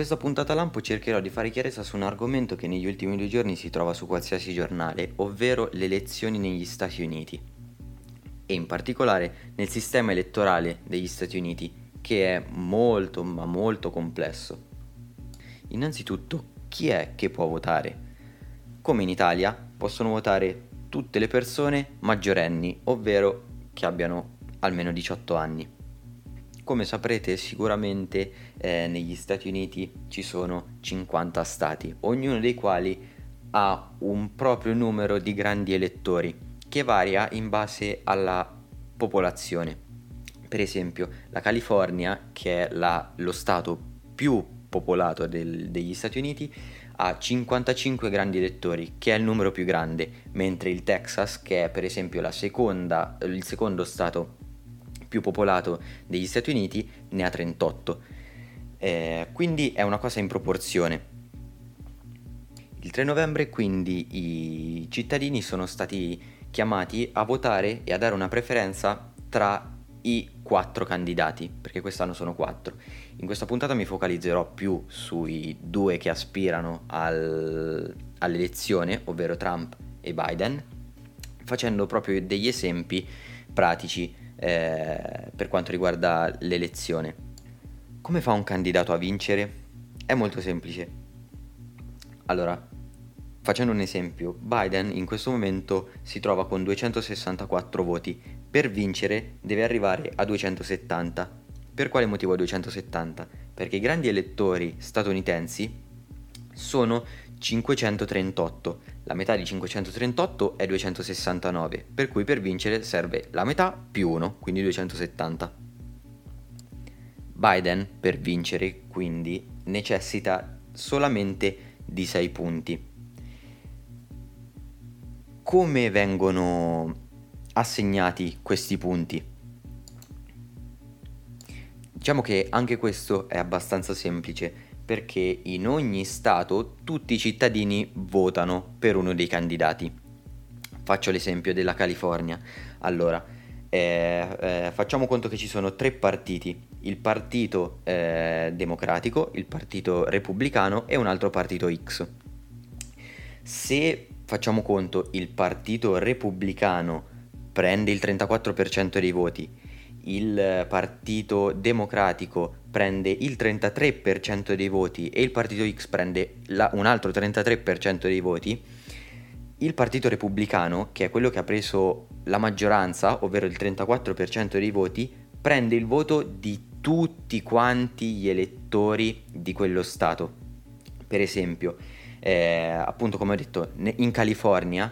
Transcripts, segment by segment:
questa puntata lampo cercherò di fare chiarezza su un argomento che negli ultimi 2 giorni si trova su qualsiasi giornale, ovvero le elezioni negli Stati Uniti e in particolare nel sistema elettorale degli Stati Uniti, che è molto ma molto complesso. Innanzitutto, chi è che può votare? Come in Italia, possono votare tutte le persone maggiorenni, ovvero che abbiano almeno 18 anni. Come saprete sicuramente negli Stati Uniti ci sono 50 stati, ognuno dei quali ha un proprio numero di grandi elettori che varia in base alla popolazione. Per esempio la California, che è lo stato più popolato degli Stati Uniti, ha 55 grandi elettori, che è il numero più grande, mentre il Texas, che è per esempio il secondo stato più popolato degli Stati Uniti, ne ha 38. Quindi è una cosa in proporzione. Il 3 novembre quindi i cittadini sono stati chiamati a votare e a dare una preferenza tra i 4 candidati, perché quest'anno sono 4. In questa puntata mi focalizzerò più sui 2 che aspirano all'elezione, ovvero Trump e Biden, facendo proprio degli esempi pratici per quanto riguarda l'elezione. Come fa un candidato a vincere? È molto semplice. Allora, facendo un esempio, Biden in questo momento si trova con 264 voti. Per vincere deve arrivare a 270. Per quale motivo 270? Perché i grandi elettori statunitensi sono 538. La metà di 538 è 269, per cui per vincere serve la metà più 1, quindi 270. Biden per vincere quindi necessita solamente di 6 punti. Come vengono assegnati questi punti? Diciamo che anche questo è abbastanza semplice, perché in ogni stato tutti i cittadini votano per uno dei candidati. Faccio l'esempio della California. Allora, facciamo conto che ci sono 3 partiti: il partito democratico, il partito repubblicano e un altro partito X. Se facciamo conto il partito repubblicano prende il 34% dei voti, il partito democratico prende il 33% dei voti e il partito X prende un altro 33% dei voti, il partito repubblicano, che è quello che ha preso la maggioranza, ovvero il 34% dei voti, prende il voto di tutti quanti gli elettori di quello stato. Per esempio, appunto come ho detto, in California,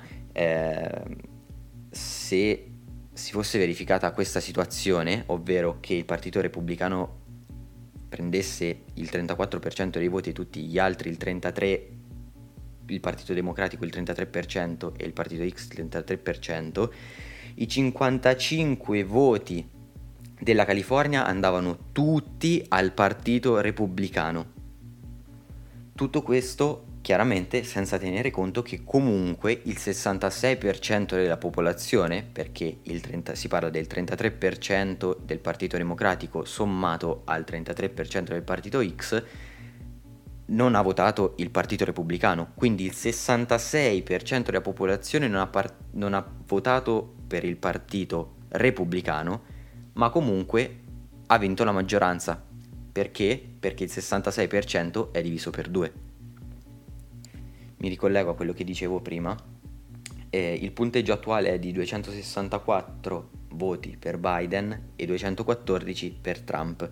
se si fosse verificata questa situazione, ovvero che il partito repubblicano prendesse il 34% dei voti e tutti gli altri il 33%, il partito democratico il 33% e il partito X il 33%, i 55 voti della California andavano tutti al partito repubblicano. Tutto questo chiaramente senza tenere conto che comunque il 66% della popolazione, perché si parla del 33% del Partito Democratico sommato al 33% del Partito X, non ha votato il Partito Repubblicano, quindi il 66% della popolazione non ha votato per il Partito Repubblicano, ma comunque ha vinto la maggioranza. Perché? Perché il 66% è diviso per 2. Mi ricollego a quello che dicevo prima. Il punteggio attuale è di 264 voti per Biden e 214 per Trump.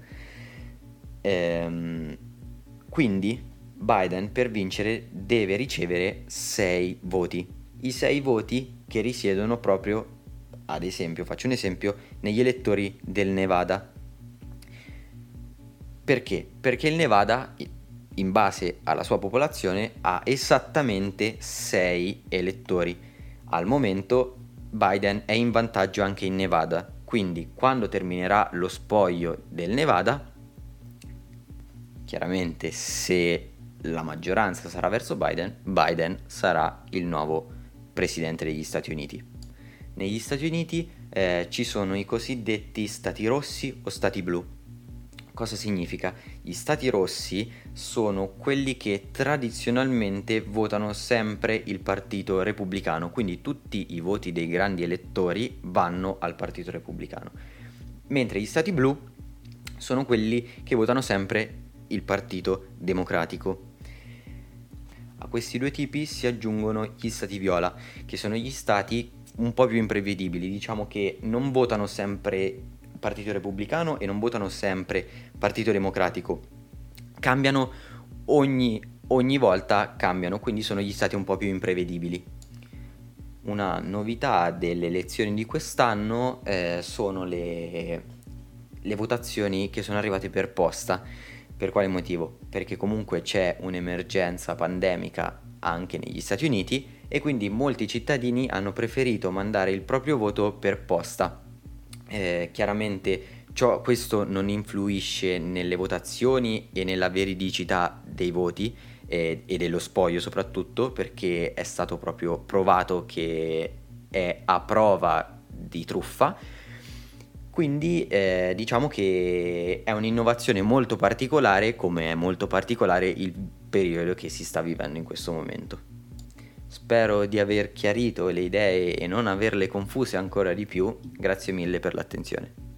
Quindi Biden per vincere deve ricevere 6 voti. I 6 voti che risiedono proprio, ad esempio, faccio un esempio, negli elettori del Nevada. Perché? Perché il Nevada, in base alla sua popolazione, ha esattamente 6 elettori. Al momento Biden è in vantaggio anche in Nevada, quindi quando terminerà lo spoglio del Nevada, chiaramente se la maggioranza sarà verso Biden, Biden sarà il nuovo presidente degli Stati Uniti. Negli Stati Uniti ci sono i cosiddetti stati rossi o stati blu. Cosa significa? Gli stati rossi sono quelli che tradizionalmente votano sempre il partito repubblicano, quindi tutti i voti dei grandi elettori vanno al partito repubblicano, mentre gli stati blu sono quelli che votano sempre il partito democratico. A questi due tipi si aggiungono gli stati viola, che sono gli stati un po' più imprevedibili, diciamo che non votano sempre partito repubblicano e non votano sempre partito democratico, cambiano ogni volta cambiano, quindi sono gli stati un po' più imprevedibili. Una novità delle elezioni di quest'anno sono le votazioni che sono arrivate per posta. Per quale motivo? Perché comunque c'è un'emergenza pandemica anche negli Stati Uniti e quindi molti cittadini hanno preferito mandare il proprio voto per posta. Chiaramente questo non influisce nelle votazioni e nella veridicità dei voti e dello spoglio soprattutto, perché è stato proprio provato che è a prova di truffa. Quindi diciamo che è un'innovazione molto particolare, come è molto particolare il periodo che si sta vivendo in questo momento. Spero di aver chiarito le idee e non averle confuse ancora di più. Grazie mille per l'attenzione.